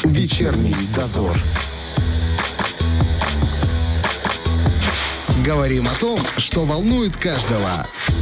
Вечерний дозор. Говорим о том, что волнует каждого.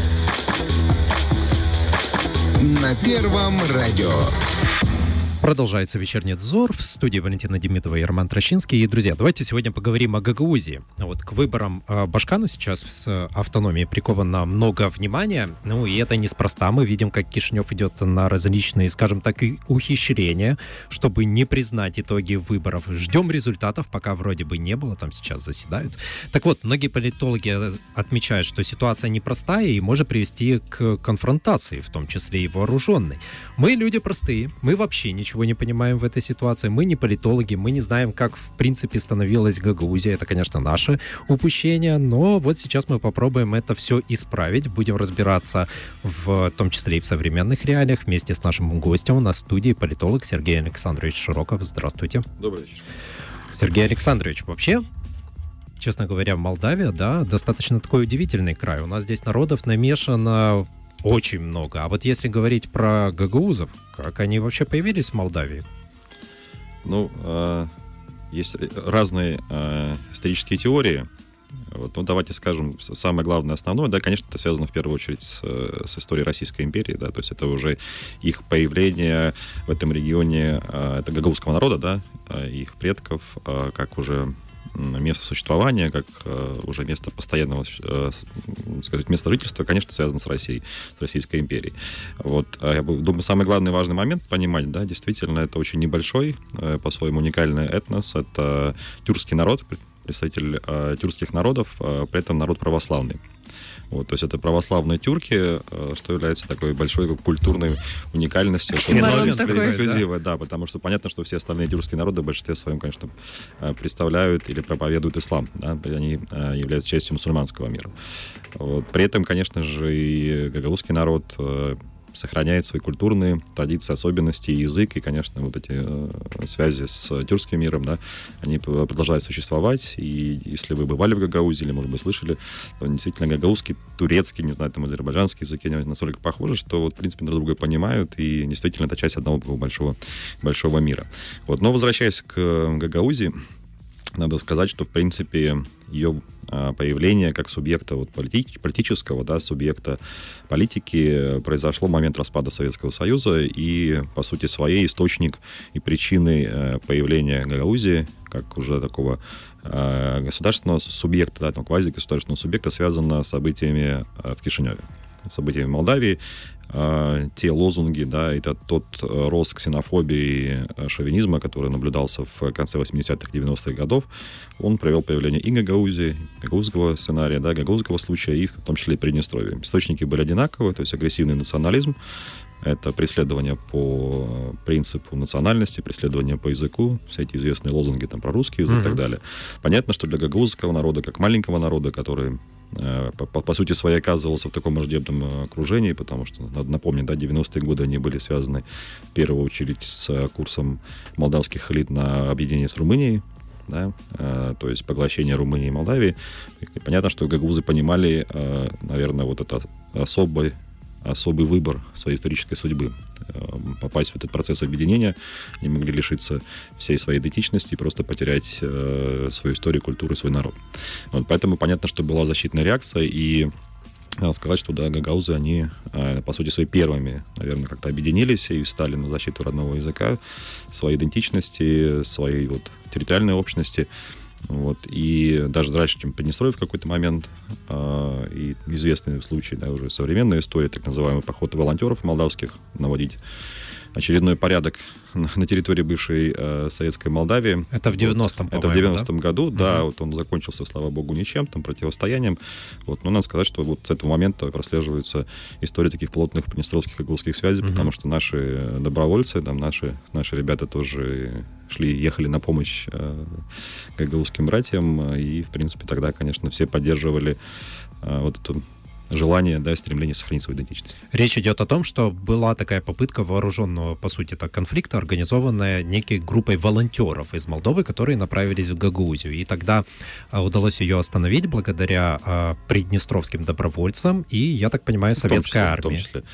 На Первом радио. Продолжается вечерний дозор. В студии Валентина Демидова и Роман Трощинский. И, друзья, давайте сегодня поговорим о Гагаузии. Вот к выборам Башкана сейчас с автономией приковано много внимания. Ну, и это неспроста. Мы видим, как Кишинев идет на различные, скажем так, ухищрения, чтобы не признать итоги выборов. Ждем результатов, пока вроде бы не было. Там сейчас заседают. Так вот, многие политологи отмечают, что ситуация непростая и может привести к конфронтации, в том числе и вооруженной. Мы люди простые. Мы вообще ничего не понимаем в этой ситуации. Мы не политологи, мы не знаем, как в принципе становилась Гагаузия. Это, конечно, наше упущение, но вот сейчас мы попробуем это все исправить. Будем разбираться в том числе и в современных реалиях вместе с нашим гостем на студии политолог Сергей Александрович Широков. Здравствуйте. Добрый вечер. Сергей Александрович, вообще, честно говоря, Молдавия, да, достаточно такой удивительный край. У нас здесь народов намешано очень много. А вот если говорить про гагаузов, как они вообще появились в Молдавии? Ну, есть разные исторические теории. Вот, ну, давайте скажем, самое главное, основное, да, конечно, это связано в первую очередь с историей Российской империи, да, то есть это уже их появление в этом регионе, это гагаузского народа, да, их предков, как уже место существования, как уже место постоянного, сказать, место жительства, конечно, связано с Россией, с Российской империей. Вот. Я думаю, самый главный важный момент понимать, да, действительно, это очень небольшой, по-своему уникальный этнос, это тюркский народ, представитель тюркских народов, при этом народ православный. Вот, то есть это православные тюрки, что является такой большой культурной уникальностью, эксклюзивой, да, потому что понятно, что все остальные тюркские народы в большинстве своем, конечно, представляют или проповедуют ислам, да, они являются частью мусульманского мира. Вот. При этом, конечно же, и гагаузский народ сохраняет свои культурные традиции, особенности, язык, и, конечно, вот эти связи с тюркским миром, да, они продолжают существовать, и если вы бывали в Гагаузии, или, может быть, слышали, то действительно гагаузский, турецкий, не знаю, там, азербайджанский языки настолько похожи, что, вот, в принципе, друг друга понимают, и действительно это часть одного большого мира. Вот. Но, возвращаясь к Гагаузии, надо сказать, что, в принципе, ее появление как субъекта вот, политического, да, субъекта политики произошло в момент распада Советского Союза, и, по сути своей, источник и причины появления Гагаузии как уже такого государственного субъекта, да, там, квазигосударственного субъекта, связано с событиями в Кишиневе, событиями в Молдавии. Те лозунги, да, это тот рост ксенофобии и шовинизма, который наблюдался в конце 80-х, 90-х годов, он привел к появлению и Гагаузии, гагаузского сценария, да, гагаузского случая, и в том числе и Приднестровья. Источники были одинаковые, то есть агрессивный национализм, это преследование по принципу национальности, преследование по языку, все эти известные лозунги там, про русский язык и так далее. Понятно, что для гагаузского народа, как маленького народа, который по сути своей оказывался в таком враждебном окружении, потому что, надо напомнить, да, 90-е годы они были связаны в первую очередь с курсом молдавских элит на объединение с Румынией, да, то есть поглощение Румынии и Молдавии. И понятно, что гагаузы понимали, наверное, вот это особый выбор своей исторической судьбы. Попасть в этот процесс объединения, они могли лишиться всей своей идентичности и просто потерять свою историю, культуру, свой народ. Вот, поэтому понятно, что была защитная реакция, и надо сказать, что да, гагаузы, они, по сути, своими первыми, наверное, как-то объединились и встали на защиту родного языка, своей идентичности, своей вот территориальной общности. Вот, и даже раньше, чем Приднестровье в какой-то момент, и известный случай, да, уже современная история, так называемый поход волонтеров молдавских, наводить очередной порядок на территории бывшей советской Молдавии. Это в 90-м, Это в 90-м году, да, вот он закончился, слава богу, ничем, там, противостоянием. Вот, но надо сказать, что вот с этого момента прослеживается история таких плотных приднестровских гагаузских связей, потому что наши добровольцы, там, наши ребята тоже ехали на помощь гагаузским братьям, и, в принципе, тогда, конечно, все поддерживали вот эту желание, да, стремление сохранить свою идентичность. Речь идет о том, что была такая попытка вооруженного, по сути, так, конфликта, организованная некой группой волонтеров из Молдовы, которые направились в Гагаузию. И тогда удалось ее остановить благодаря приднестровским добровольцам и, я так понимаю, советской армии. В том числе.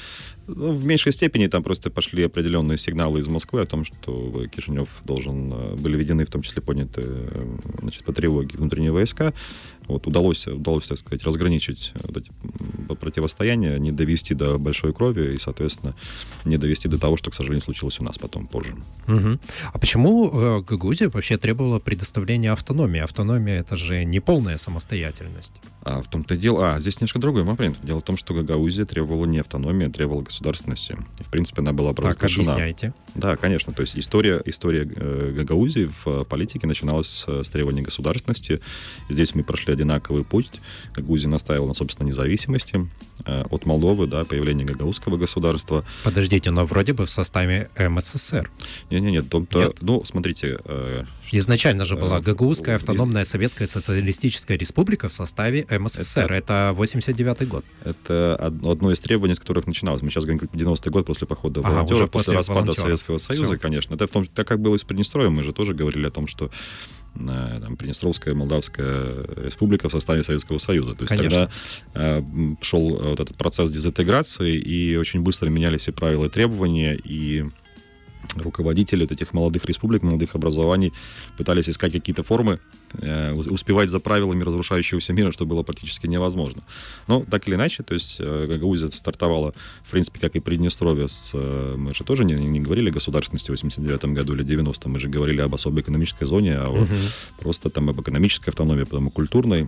Ну, в меньшей степени там просто пошли определенные сигналы из Москвы о том, что Кишинев были введены, в том числе подняты, значит, по тревоге внутренние войска. Вот, удалось, так сказать, разграничить вот эти противостояния, не довести до большой крови и, соответственно, не довести до того, что, к сожалению, случилось у нас потом, позже. Угу. А почему Гагаузия вообще требовала предоставления автономии? Автономия — это же не полная самостоятельность. В том-то и дело... здесь немножко другой момент. Дело в том, что Гагаузия требовала не автономии, а требовала государственности. И, в принципе, она была провозглашена. Так, объясняйте. Да, конечно. То есть история Гагаузии в политике начиналась с требования государственности. Здесь мы прошли одинаковый путь. Гагаузия настаивала на собственной независимости от Молдовы, да, появление гагаузского государства. Подождите, но вроде бы в составе МССР. Нет. Ну, смотрите... Изначально же была Гагаузская автономная Советская Социалистическая Республика в составе МССР. Это 89-й год. Это одно из требований, с которых начиналось. Мы сейчас говорим про 90-й год после похода волонтеров, уже после распада волонтеров. Советского Союза, конечно. Это так как было и с Приднестровьем. Мы же тоже говорили о том, что Приднестровская Молдавская Республика в составе Советского Союза. То есть конечно. Тогда шел вот этот процесс дезинтеграции, и очень быстро менялись и правила, и требования, и руководители этих молодых республик, молодых образований пытались искать какие-то формы, успевать за правилами разрушающегося мира, что было практически невозможно. Но так или иначе, то есть Гагаузия стартовала, в принципе, как и Приднестровье, мы же тоже не говорили о государственности в 89-м году или 90-м, мы же говорили об особой экономической зоне, просто там об экономической автономии, потом о культурной.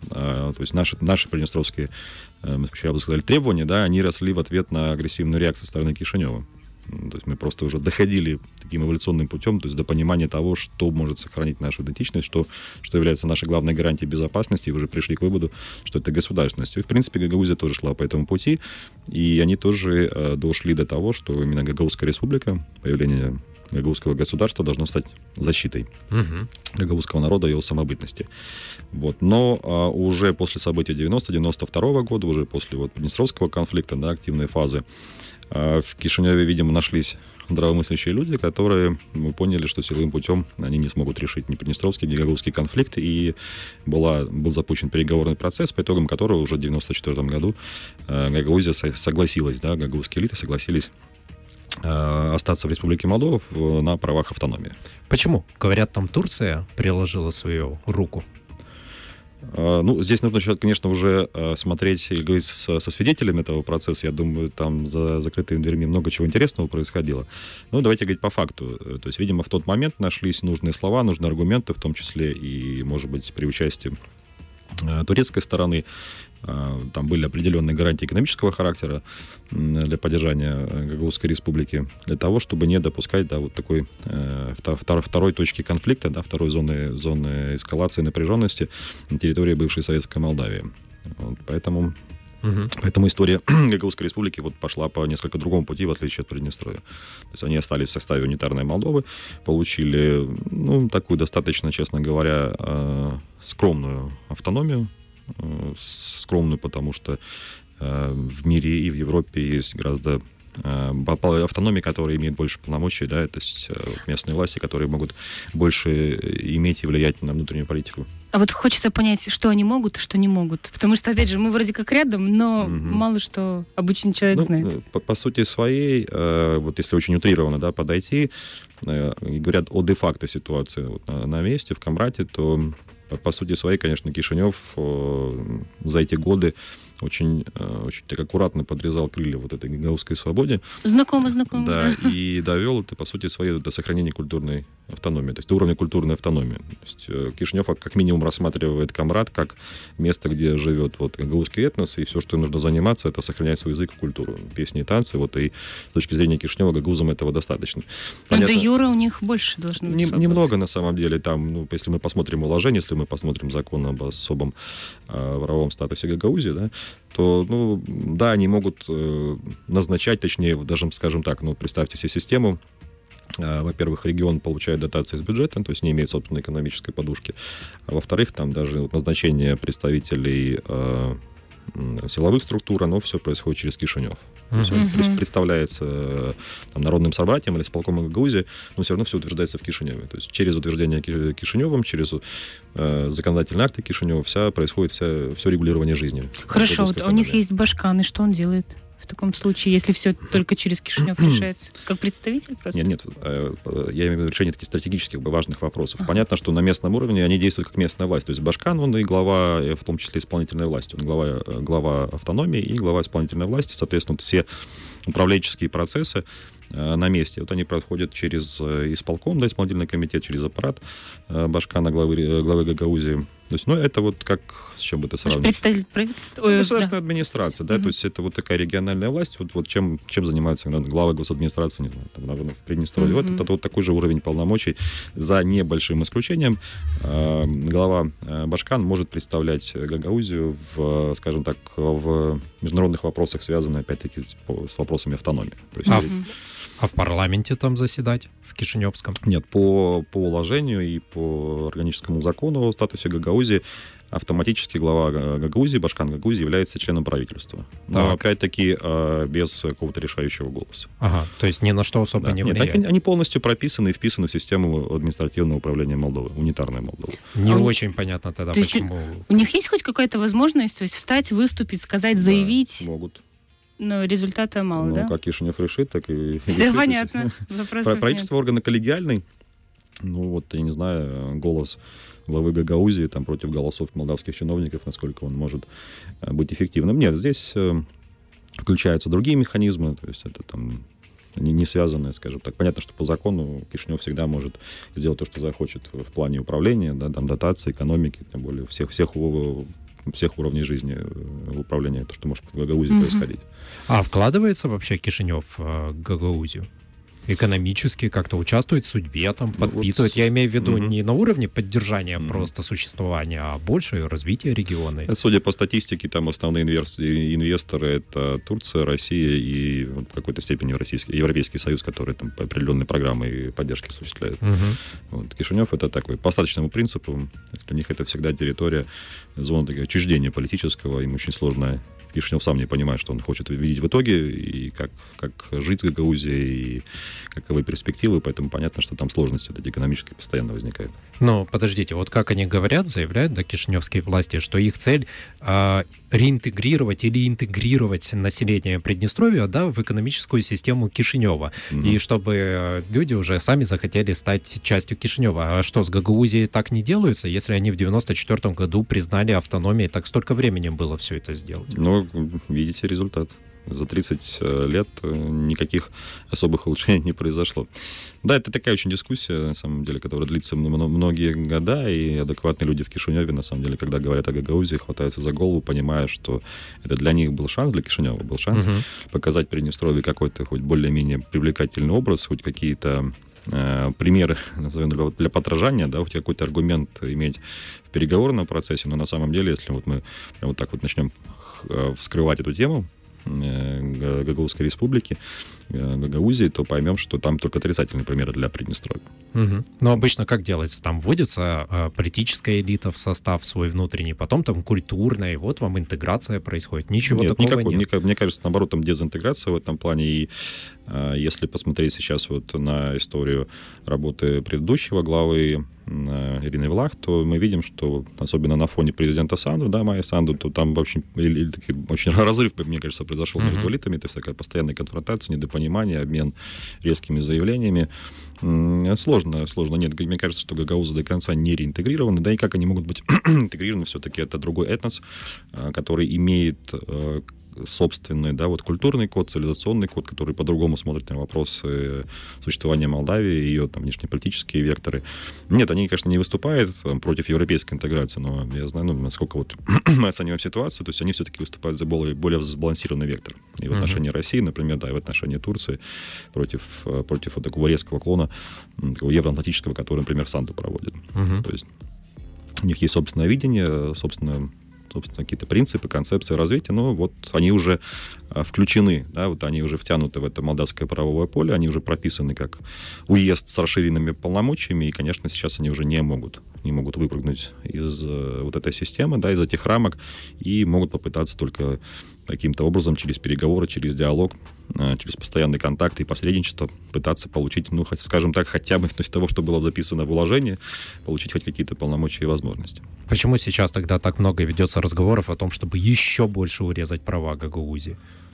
То есть наши приднестровские, я бы сказал, требования, да, они росли в ответ на агрессивную реакцию со стороны Кишинева. То есть мы просто уже доходили таким эволюционным путем, то есть до понимания того, что может сохранить нашу идентичность, что является нашей главной гарантией безопасности, и уже пришли к выводу, что это государственность. И, в принципе, Гагаузия тоже шла по этому пути, и они тоже дошли до того, что именно Гагаузская республика, появление гагаузского государства должно стать защитой гагаузского народа и его самобытности. Вот. Но уже после событий 90-92 года, уже после Приднестровского конфликта, да, активной фазы, в Кишиневе, видимо, нашлись здравомыслящие люди, которые поняли, что силовым путем они не смогут решить ни приднестровский, ни гагаузский конфликт, и был запущен переговорный процесс, по итогам которого уже в 1994 году Гагаузия согласилась, да, гагаузские элиты согласились остаться в Республике Молдова на правах автономии. Почему? Говорят, там Турция приложила свою руку. Ну, здесь нужно, конечно, уже смотреть и говорить со свидетелями этого процесса. Я думаю, там за закрытыми дверьми много чего интересного происходило. Ну, давайте говорить по факту. То есть, видимо, в тот момент нашлись нужные слова, нужные аргументы, в том числе и, может быть, при участии турецкой стороны. Там были определенные гарантии экономического характера для поддержания Гагаузской республики, для того, чтобы не допускать, да, вот такой второй точки конфликта, да, второй зоны эскалации напряженности на территории бывшей Советской Молдавии. Вот, поэтому история Гагаузской республики пошла по несколько другому пути, в отличие от Приднестровья. То есть они остались в составе унитарной Молдовы, получили, такую достаточно, честно говоря, скромную автономию. Скромную, потому что в мире и в Европе есть гораздо автономии, которые имеют больше полномочий, да, то есть местные власти, которые могут больше иметь и влиять на внутреннюю политику. А вот хочется понять, что они могут, что не могут. Потому что, опять же, мы вроде как рядом, но мало что обычный человек знает. По сути своей, если очень утрированно, да, подойти, и говорят о де-факто ситуации на месте, в Камрате, то по сути своей, конечно, Кишинев за эти годы очень так аккуратно подрезал крылья этой гагаузской свободе. Знакомо. Да, и довел это, по сути своей, до сохранения культурной автономии, то есть до уровня культурной автономии. То есть Кишинев как минимум рассматривает Камрат как место, где живет гагаузский этнос, и все, что им нужно заниматься, это сохранять свой язык и культуру. Песни и танцы, и с точки зрения Кишинева гагаузам этого достаточно. Но де юре у них больше должно быть. Немного, на самом деле, там, если мы посмотрим уложение, если мы посмотрим закон об особом правовом статусе Гагаузии, да, то, да, они могут назначать, точнее, даже, скажем так, представьте себе систему. Во-первых, регион получает дотации из бюджета, то есть не имеет собственной экономической подушки. А во-вторых, там даже назначение представителей силовых структур, оно все происходит через Кишинев. То есть он представляется народным собратием или исполкомом Гагаузии, но все равно все утверждается в Кишиневе. То есть через утверждение Кишиневым, через законодательные акты Кишинева происходит все регулирование жизни. Хорошо, у них есть Башкан, и что он делает в таком случае, если все только через Кишинев решается? Как представитель просто? Нет, я имею в виду решение таких стратегических важных вопросов. Понятно, что на местном уровне они действуют как местная власть. То есть Башкан, он и глава, в том числе исполнительной власти. Он глава автономии и глава исполнительной власти. Соответственно, все управленческие процессы на месте. Вот они проходят через исполком, да, исполнительный комитет, через аппарат Башкана, главы Гагаузии. То есть, это вот как, с чем бы ты сравнивал? Представитель правительства? Государственная администрация, да, то есть это вот такая региональная власть, вот чем занимаются главы госадминистрации, не знаю, там, наверное, в Приднестровье. Вот это вот такой же уровень полномочий, за небольшим исключением. Глава Башкан может представлять Гагаузию скажем так, в международных вопросах, связанных, опять-таки, с вопросами автономии. То есть, а в парламенте там заседать, в Кишиневском? Нет, по уложению и по органическому закону о статусе Гагаузии автоматически глава Гагаузии, Башкан Гагаузии, является членом правительства. Но, опять-таки, без какого-то решающего голоса. Ага, то есть ни на что особо не влияет. Нет, они полностью прописаны и вписаны в систему административного управления Молдовы, унитарной Молдовы. Не очень понятно тогда, почему... У них есть хоть какая-то возможность, то есть встать, выступить, сказать, заявить? Да, могут. Но результата мало, да? Как Кишинев решит, так и... Все понятно. Правительство орган коллегиальный. Я не знаю, голос главы Гагаузии там против голосов молдавских чиновников, насколько он может быть эффективным. Нет, здесь включаются другие механизмы, то есть это там не связанные, скажем так. Понятно, что по закону Кишинев всегда может сделать то, что захочет в плане управления, да, там дотации, экономики, тем более всех уровней жизни управления, то, что может в Гагаузии происходить. А вкладывается вообще Кишинев в Гагаузию? Экономически как-то участвует в судьбе, там, подпитывает. Я имею в виду не на уровне поддержания просто существования, а больше развития региона. Судя по статистике, там основные инвесторы — это Турция, Россия и в какой-то степени Европейский Союз, который там определенные программы поддержки осуществляет. Кишинев — это такой, по остаточному принципу, для них это всегда территория, зона отчуждения политического, им очень сложно. Кишинев сам не понимает, что он хочет видеть в итоге, и как жить с Гагаузией, и каковы перспективы, поэтому понятно, что там сложности экономические постоянно возникают. Но подождите, вот как они говорят, заявляют, кишиневские власти, что их цель реинтегрировать или интегрировать население Приднестровья, в экономическую систему Кишинева, и чтобы люди уже сами захотели стать частью Кишинева. А что, с Гагаузией так не делается, если они в 1994 году признали автономией, так столько времени было все это сделать? Видите результат. За 30 лет никаких особых улучшений не произошло. Да, это такая очень дискуссия, на самом деле, которая длится многие года, и адекватные люди в Кишиневе, на самом деле, когда говорят о Гагаузии, хватаются за голову, понимая, что это для них был шанс, для Кишинева был шанс показать Приднестровье какой-то хоть более-менее привлекательный образ, хоть какие-то примеры, назовем, для подражания, хоть какой-то аргумент иметь в переговорном процессе, но на самом деле, если мы прямо вот так вот начнем вскрывать эту тему Гагаузской республики, Гагаузии, то поймем, что там только отрицательные примеры для Приднестровья. Но обычно как делается? Там вводится политическая элита в состав свой внутренний, потом там культурная, и вот вам интеграция происходит. Ничего такого нет. Мне кажется, наоборот, там дезинтеграция в этом плане. И если посмотреть сейчас на историю работы предыдущего главы Ирины Влах, то мы видим, что особенно на фоне президента Санду, Майя Санду, то там очень разрыв, мне кажется, произошел между элитами. То есть такая постоянная конфронтация, недопонимание, обмен резкими заявлениями. Сложно. Нет, мне кажется, что гагаузы до конца не реинтегрированы. Да и как они могут быть интегрированы? Все-таки это другой этнос, который имеет собственный, культурный код, цивилизационный код, который по-другому смотрит на вопросы существования Молдавии, ее внешнеполитические векторы. Нет, они, конечно, не выступают против европейской интеграции, но я знаю, насколько мы оцениваем ситуацию, то есть они все-таки выступают за более сбалансированный вектор. И в отношении России, например, и в отношении Турции против такого резкого клона, такого евроатлантического, который, например, Санду проводит. То есть у них есть собственное видение, собственно, какие-то принципы, концепции развития, но они уже включены, они уже втянуты в это молдавское правовое поле, они уже прописаны как уезд с расширенными полномочиями, и, конечно, сейчас они уже не могут выпрыгнуть из этой системы, из этих рамок, и могут попытаться только каким-то образом через переговоры, через диалог, через постоянный контакт и посредничество пытаться получить, скажем так, хотя бы из того, что было записано в уложении, получить хоть какие-то полномочия и возможности. Почему сейчас тогда так много ведется разговоров о том, чтобы еще больше урезать права Гагаузии?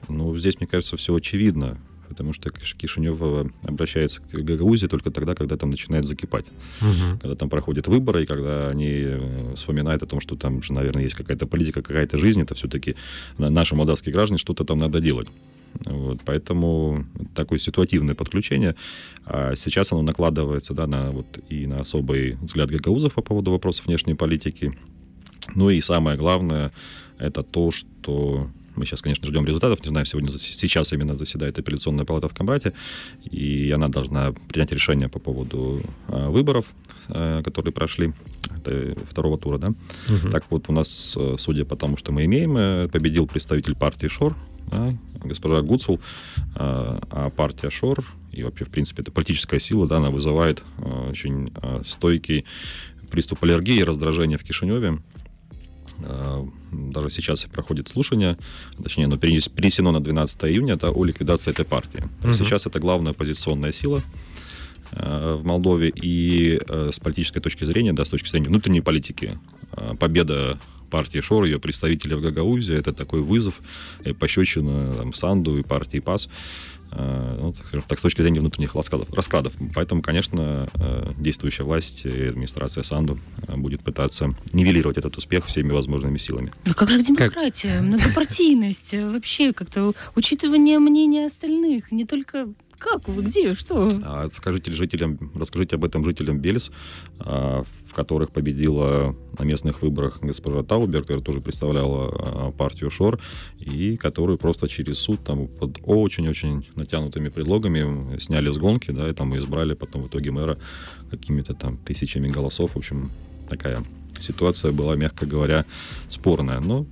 Ну, здесь, мне кажется, все очевидно, потому что Кишинев обращается к Гагаузии только тогда, когда там начинает закипать. Когда там проходят выборы, и когда они вспоминают о том, что там же, наверное, есть какая-то политика, какая-то жизнь, это все-таки наши молдавские граждане, что-то там надо делать. Вот, поэтому такое ситуативное подключение. А сейчас оно накладывается, да, и на особый взгляд гагаузов по поводу вопросов внешней политики. Ну и самое главное, это то, что мы сейчас, конечно, ждем результатов. Не знаю, сейчас именно заседает апелляционная палата в Камрате, и она должна принять решение по поводу выборов, которые прошли, это второго тура, да. Так вот, у нас, судя по тому, что мы имеем, победил представитель партии ШОР, да, госпожа Гуцул, а партия ШОР, и вообще, в принципе, это политическая сила, да, она вызывает очень стойкий приступ аллергии и раздражения в Кишиневе. Даже сейчас проходит слушание, точнее, оно перенесено на 12 июня, это о ликвидации этой партии. Сейчас это главная оппозиционная сила в Молдове, и с политической точки зрения, да, с точки зрения внутренней политики, победа партии ШОР, ее представителей в Гагаузии, это такой вызов, пощечина там, Санду и партии ПАС, ну, скажем так, с точки зрения внутренних раскладов. Поэтому, конечно, действующая власть и администрация Санду будет пытаться нивелировать этот успех всеми возможными силами. Ну как же демократия, многопартийность, вообще как-то учитывание мнения остальных, не только... Как вы, где, что? Расскажите об этом жителям Белис, в которых победила на местных выборах госпожа Таубер, которая тоже представляла партию ШОР, и которую просто через суд там, под очень-очень натянутыми предлогами сняли с гонки, да, и там избрали потом в итоге мэра какими-то там тысячами голосов. В общем, такая ситуация была, мягко говоря, спорная. Но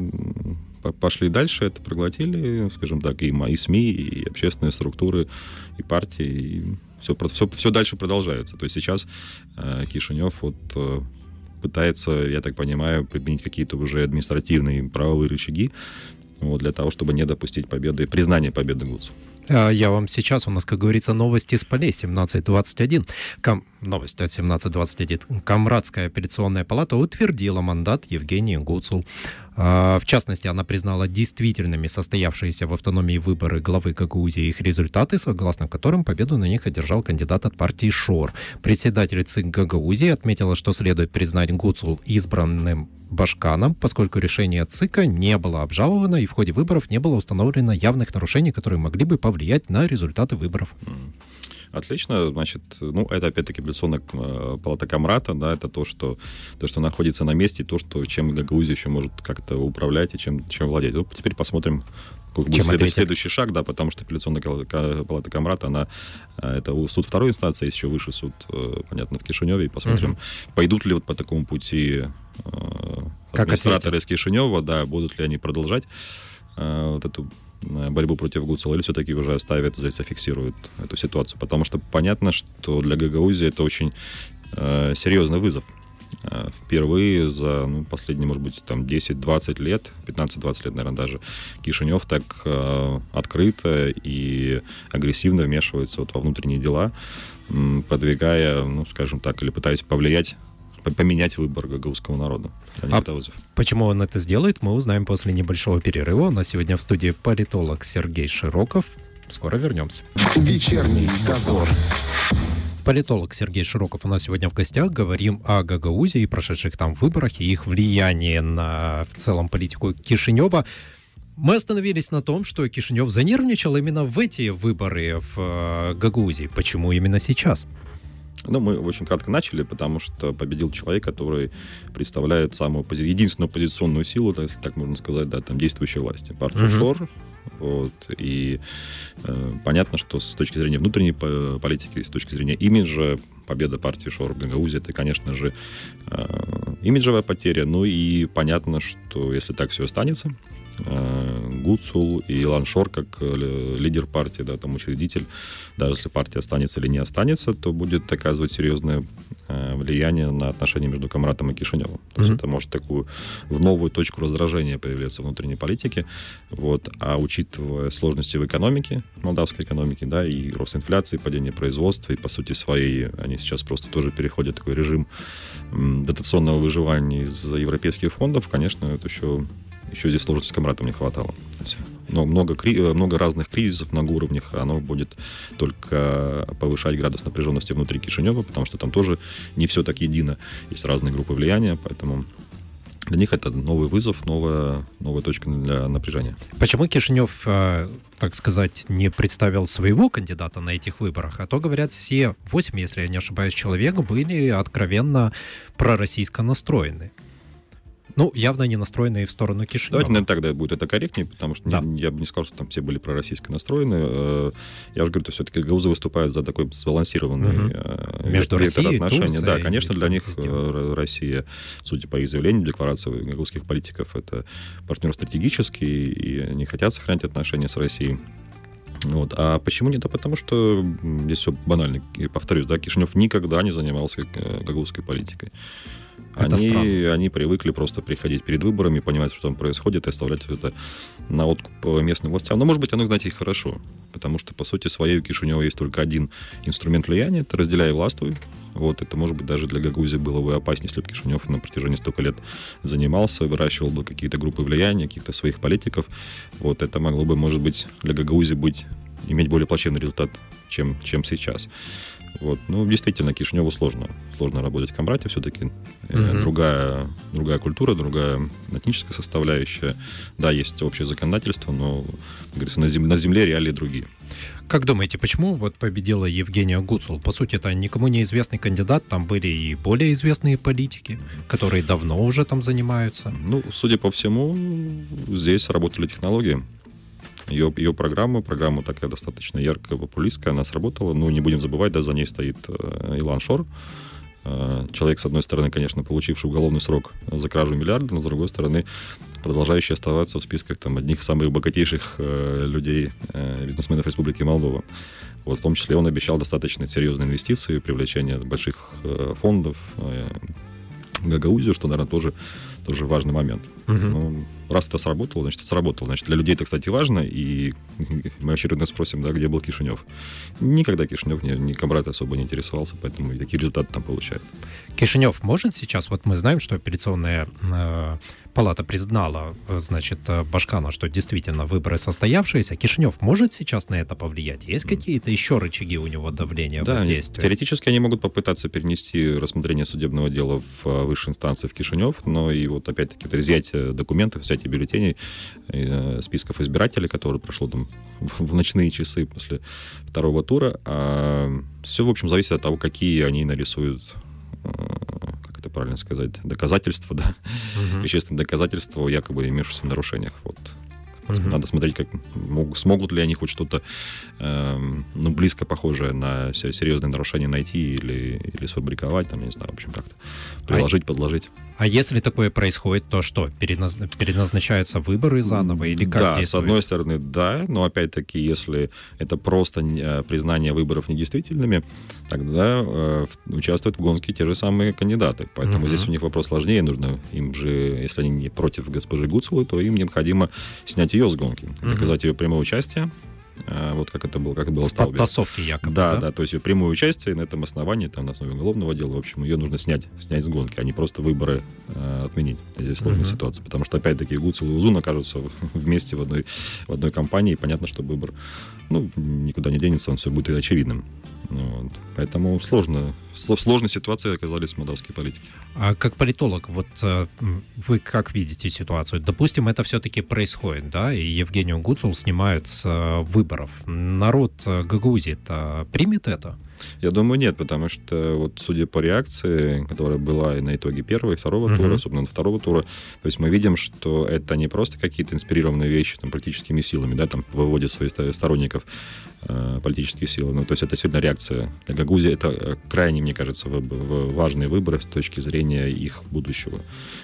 пошли дальше, это проглотили, скажем так, и СМИ, и общественные структуры, и партии, и все дальше продолжается. То есть сейчас Кишинев пытается, я так понимаю, применить какие-то уже административные правовые рычаги для того, чтобы не допустить победы, признания победы Гуцул. Я вам сейчас, у нас, как говорится, новости с полей 17:21. Новость от 17:21. Камрадская апелляционная палата утвердила мандат Евгении Гуцул. В частности, она признала действительными состоявшиеся в автономии выборы главы Гагаузии и их результаты, согласно которым победу на них одержал кандидат от партии ШОР. Председатель ЦИК Гагаузии отметила, что следует признать Гуцул избранным Башканом, поскольку решение ЦИКа не было обжаловано и в ходе выборов не было установлено явных нарушений, которые могли бы повлиять на результаты выборов. Отлично, значит, это опять-таки апелляционная палата Камрата, да, это то, что находится на месте, чем Гагаузия еще может как-то управлять и чем владеть. Теперь посмотрим, какой будет следующий шаг, да, потому что апелляционная палата Камрата, это суд второй инстанции, есть еще высший суд, понятно, в Кишиневе, и посмотрим, пойдут ли по такому пути администраторы из Кишинева, да, будут ли они продолжать эту борьбу против Гуцула, или все-таки уже оставят, зафиксируют эту ситуацию. Потому что понятно, что для Гагаузии это очень серьезный вызов. Впервые за последние, может быть, 10-20 лет, 15-20 лет, наверное, даже, Кишинев так открыто и агрессивно вмешивается во внутренние дела, продвигая, скажем так, или пытаясь повлиять, поменять выбор гагаузского народа. Почему он это сделает, мы узнаем после небольшого перерыва. У нас сегодня в студии политолог Сергей Широков. Скоро вернемся. Вечерний дозор. Политолог Сергей Широков у нас сегодня в гостях. Говорим о Гагаузии и прошедших там выборах и их влиянии на в целом политику Кишинева. Мы остановились на том, что Кишинев занервничал именно в эти выборы в Гагаузии. Почему именно сейчас? Мы очень кратко начали, потому что победил человек, который представляет единственную оппозиционную силу, если так можно сказать, да, там, действующей власти, партию ШОР. И понятно, что с точки зрения внутренней политики, с точки зрения имиджа, победа партии ШОР в Гагаузии, это, конечно же, имиджевая потеря. И понятно, что если так все останется, Гуцул и Илан ШОР как лидер партии, да, там учредитель, даже если партия останется или не останется, то будет оказывать серьезное влияние на отношения между Камратом и Кишиневым. То есть это может такую в новую точку раздражения появляться в внутренней политике. А учитывая сложности в экономике, молдавской экономике, да, и рост инфляции, падение производства, и по сути своей они сейчас просто тоже переходят в такой режим дотационного выживания из европейских фондов, конечно, это еще здесь сложности с Камратом не хватало. много разных кризисов на уровнях, оно будет только повышать градус напряженности внутри Кишинева, потому что там тоже не все так едино, есть разные группы влияния, поэтому для них это новый вызов, новая точка для напряжения. Почему Кишинев, так сказать, не представил своего кандидата на этих выборах? А то, говорят, все 8, если я не ошибаюсь, человек были откровенно пророссийско настроены. Ну, явно не настроенные в сторону Кишинева. Давайте, наверное, тогда будет это корректнее, потому что я бы не сказал, что там все были пророссийско настроены. Я уже говорю, что все-таки гагаузы выступают за такой сбалансированный между Россией и Турцией. Да, конечно, для них Россия, судя по их заявлению, декларации гагаузских политиков, это партнер стратегический, и они хотят сохранять отношения с Россией. Вот. А почему нет? А потому что здесь все банально. И повторюсь, да, Кишинев никогда не занимался гагаузской политикой. Они привыкли просто приходить перед выборами, понимать, что там происходит, и оставлять это на откуп местным властям. Но, может быть, оно, знаете, и хорошо, потому что, по сути своей, у Кишинева есть только один инструмент влияния — это «разделяй и властвуй». Вот, это, может быть, даже для Гагаузии было бы опаснее, если бы Кишинев на протяжении столько лет занимался, выращивал бы какие-то группы влияния, каких-то своих политиков. Вот, это могло бы, может быть, для Гагаузии иметь более плачевный результат, чем сейчас. Вот. Ну, действительно, Кишиневу сложно работать в Камбрате, все-таки другая культура, другая этническая составляющая. Да, есть общее законодательство, но, как говорится, на земле реалии другие. Как думаете, почему вот победила Евгения Гуцул? По сути, это никому неизвестный кандидат, там были и более известные политики, которые давно уже там занимаются. Ну, судя по всему, здесь работали технологии. Ее программа такая достаточно яркая, популистская, она сработала. Ну, не будем забывать, да, за ней стоит Илан Шор. Человек, с одной стороны, конечно, получивший уголовный срок за кражу миллиарда, но, с другой стороны, продолжающий оставаться в списках там одних из самых богатейших людей, бизнесменов Республики Молдова. Вот, в том числе он обещал достаточно серьезные инвестиции, привлечение больших фондов в Гагаузию, что, наверное, тоже важный момент. Ну, раз это сработало, значит, это сработало. Значит, для людей это, кстати, важно, и мы очередно спросим, да, где был Кишинев. Никогда Кишинев ни Камбрат особо не интересовался, поэтому и такие результаты там получают. Кишинев может сейчас, вот мы знаем, что апелляционная палата признала, значит, Башкана, что действительно выборы состоявшиеся. Кишинев может сейчас на это повлиять? Есть какие-то еще рычаги у него давления, воздействия? Да, теоретически они могут попытаться перенести рассмотрение судебного дела в высшей инстанции в Кишинев, но и вот опять-таки это изъятие документов, взятие бюллетеней, списков избирателей, которые прошло там в ночные часы после второго тура. Все, в общем, зависит от того, какие они нарисуют, как это правильно сказать, доказательства, да, вещественные доказательства о якобы имевшихся нарушениях. Вот. Надо смотреть, смогут ли они хоть что-то близко похожее на серьезные нарушения найти или сфабриковать, там, я не знаю, в общем, как-то приложить, подложить. А если такое происходит, то что? Переназначаются выборы заново или как Да, действует? с одной стороны, да, но опять-таки, если это просто признание выборов недействительными, тогда участвуют в гонке те же самые кандидаты. Поэтому здесь у них вопрос сложнее. Нужно им же, если они не против госпожи Гуцулы, то им необходимо снять ее с гонки, доказать ее прямое участие. Вот как это было в Столбе. Подтасовки якобы, да, то есть ее прямое участие на этом основании, там, на основе уголовного дела, в общем, ее нужно снять с гонки, а не просто выборы отменить. Здесь сложная ситуация, потому что, опять-таки, Гуцул и Узун окажутся вместе в одной компании, и понятно, что выбор, никуда не денется, он все будет очевидным. Вот. Поэтому в сложной ситуации оказались молдавские политики. А как политолог, вот вы как видите ситуацию? Допустим, это все-таки происходит, да, и Евгению Гуцул снимают с выборов. Народ Гагаузии-то примет это? Я думаю, нет, потому что, вот, судя по реакции, которая была и на итоге первого и второго тура, особенно второго тура, то есть мы видим, что это не просто какие-то инспирированные вещи там, политическими силами, да, там выводят своих сторонников политические силы, то есть это сильно реакция. Для Гагаузии это крайне, мне кажется, важные выборы с точки зрения их будущего.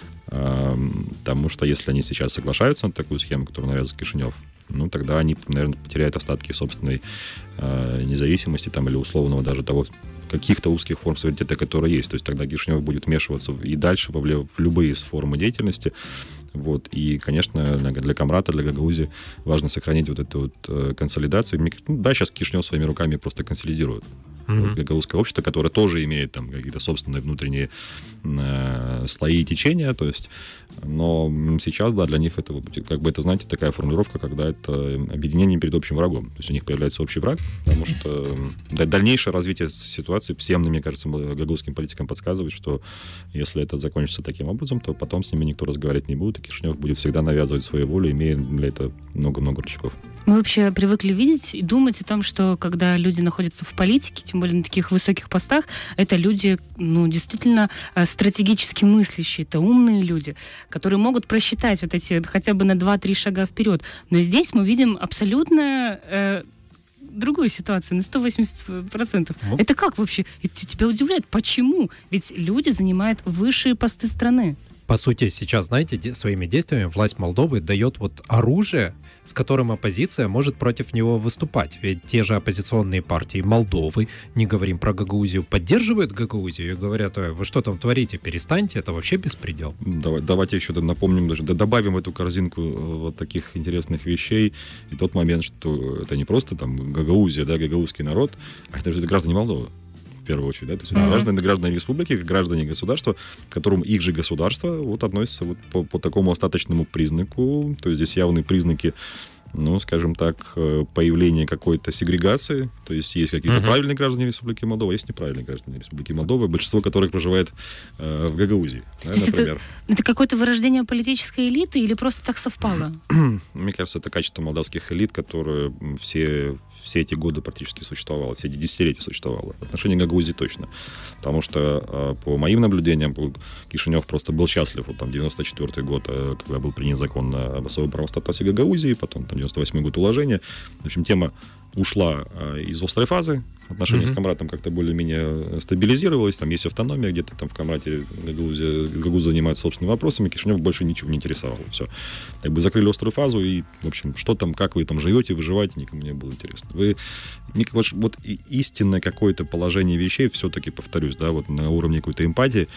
Потому что если они сейчас соглашаются на такую схему, которую навязывает Кишинев, тогда они, наверное, потеряют остатки собственной независимости там, или условного даже того, каких-то узких форм суверенитета, которые есть. То есть тогда Кишинев будет вмешиваться и дальше в любые формы деятельности. Вот. И, конечно, для Камбрата, для Гагаузии важно сохранить вот эту вот консолидацию. Да, сейчас Кишинев своими руками просто консолидирует гагаузское общество, которое тоже имеет там какие-то собственные внутренние слои и течения, то есть, но сейчас, да, для них это, как бы это, знаете, такая формулировка, когда это объединение перед общим врагом, то есть у них появляется общий враг, потому что дальнейшее развитие ситуации всем, мне кажется, гагаузским политикам подсказывает, что если это закончится таким образом, то потом с ними никто разговаривать не будет, и Кишинев будет всегда навязывать свою волю, имея для этого много-много рычагов. Мы вообще привыкли видеть и думать о том, что когда люди находятся в политике, тем более на таких высоких постах, это люди, действительно стратегически мыслящие, это умные люди, которые могут просчитать вот эти хотя бы на 2-3 шага вперед. Но здесь мы видим абсолютно другую ситуацию, на 180%. Это как вообще? Это тебя удивляет? Почему? Ведь люди занимают высшие посты страны. По сути, сейчас, знаете, своими действиями власть Молдовы дает вот оружие, с которым оппозиция может против него выступать. Ведь те же оппозиционные партии Молдовы, не говорим про Гагаузию, поддерживают Гагаузию и говорят: вы что там творите, перестаньте, это вообще беспредел. Давайте еще напомним, даже добавим в эту корзинку вот таких интересных вещей и тот момент, что это не просто там Гагаузия, да, гагаузский народ, а это же граждане Молдовы. В первую очередь, да, то есть граждане республики, граждане государства, к которым их же государство вот относится вот по такому остаточному признаку, то есть здесь явные признаки, скажем так, появления какой-то сегрегации, то есть есть какие-то правильные граждане Республики Молдова, есть неправильные граждане Республики Молдова, большинство которых проживает в Гагаузии, да, например. Это какое-то вырождение политической элиты или просто так совпало? Мне кажется, это качество молдавских элит, которые все эти годы практически существовало, все эти десятилетия существовало. В отношении Гагаузии точно. Потому что, по моим наблюдениям, Кишинев просто был счастлив. Вот там 94-й год, когда был принят закон об особом правом статусе Гагаузии, потом там 98-й год уложения. В общем, тема ушла из острой фазы. Отношения с Камратом как-то более-менее стабилизировалось. Там есть автономия, где-то там в Камрате Гагауз занимается собственными вопросами. Кишинев больше ничего не интересовало. Все. Как бы закрыли острую фазу, и, в общем, что там, как вы там живете, выживаете, никому не было интересно. Вот истинное какое-то положение вещей, все-таки, повторюсь, да, вот на уровне какой-то эмпатии,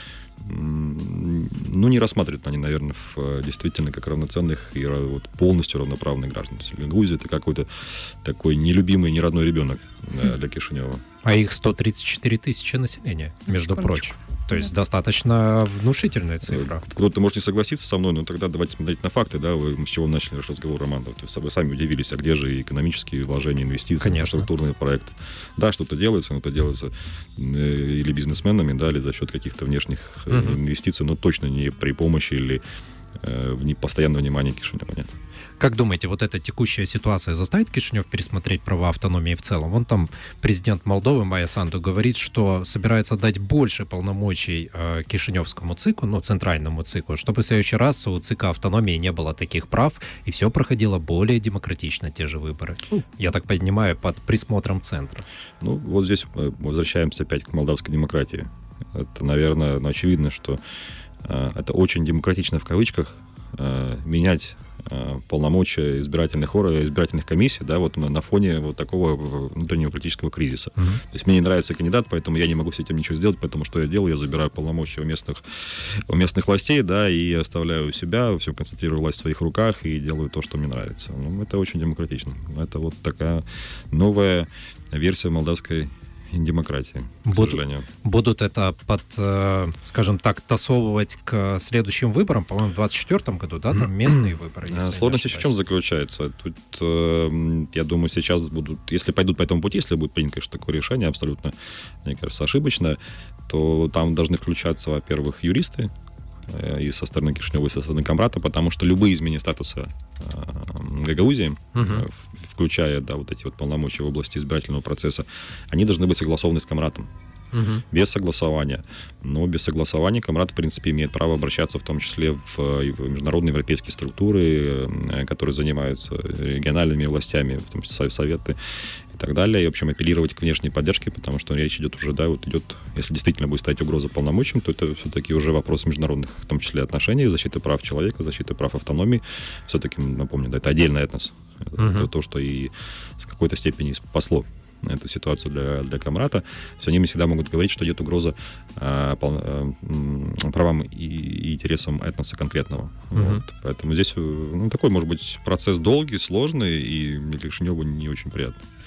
не рассматривают они, наверное, действительно как равноценных и вот полностью равноправных граждан. То есть Гагаузия — это какой-то такой нелюбимый, неродной ребенок для Кишинева. А их 134 тысячи населения, между прочим. То есть достаточно внушительная цифра. Кто-то может не согласиться со мной, но тогда давайте смотреть на факты, да, с чего мы начали наш разговор, Роман. Вы сами удивились, а где же экономические вложения, инвестиции, инфраструктурные проекты. Да, что-то делается, но это делается или бизнесменами, да, или за счет каких-то внешних инвестиций, но точно не при помощи или постоянного внимания Кишинева, нет. Как думаете, вот эта текущая ситуация заставит Кишинев пересмотреть права автономии в целом? Вон там президент Молдовы Майя Санду говорит, что собирается дать больше полномочий Кишиневскому ЦИКу, центральному ЦИКу, чтобы в следующий раз у ЦИКа автономии не было таких прав, и все проходило более демократично, те же выборы. Я так понимаю, под присмотром центра. Вот здесь мы возвращаемся опять к молдавской демократии. Это, наверное, очевидно, что это очень демократично в кавычках менять полномочия избирательных комиссий, да, вот на фоне вот такого внутреннего политического кризиса. То есть мне не нравится кандидат, поэтому я не могу с этим ничего сделать, поэтому что я делаю? Я забираю полномочия у местных властей, да, и оставляю у себя, все концентрирую власть в своих руках и делаю то, что мне нравится. Это очень демократично. Это вот такая новая версия молдавской демократии, к сожалению. Будут это скажем так, тасовывать к следующим выборам, по-моему, в 2024 году, да, там местные выборы. Сложность в чем заключается? Тут, я думаю, сейчас будут, если пойдут по этому пути, если будет принято, конечно, такое решение, абсолютно, мне кажется, ошибочное, то там должны включаться, во-первых, юристы, и со стороны Кишинева, и со стороны Камрата, потому что любые изменения статуса Гагаузии, включая, да, вот эти вот полномочия в области избирательного процесса, они должны быть согласованы с Камратом. Без согласования. Но без согласования Камрат, в принципе, имеет право обращаться в том числе в международные европейские структуры, которые занимаются региональными властями, в том числе советы и так далее, и, в общем, апеллировать к внешней поддержке, потому что речь идет уже, да, вот идет, если действительно будет стоять угроза полномочиям, то это все-таки уже вопрос международных, в том числе, отношений, защиты прав человека, защиты прав автономии. Все-таки, напомню, да, это отдельный этнос. Это то, что и в какой-то степени спасло эту ситуацию для Камрата. Все они всегда могут говорить, что идет угроза правам и интересам этноса конкретного. Вот. Поэтому здесь такой, может быть, процесс долгий, сложный и для Кишинева не очень приятный.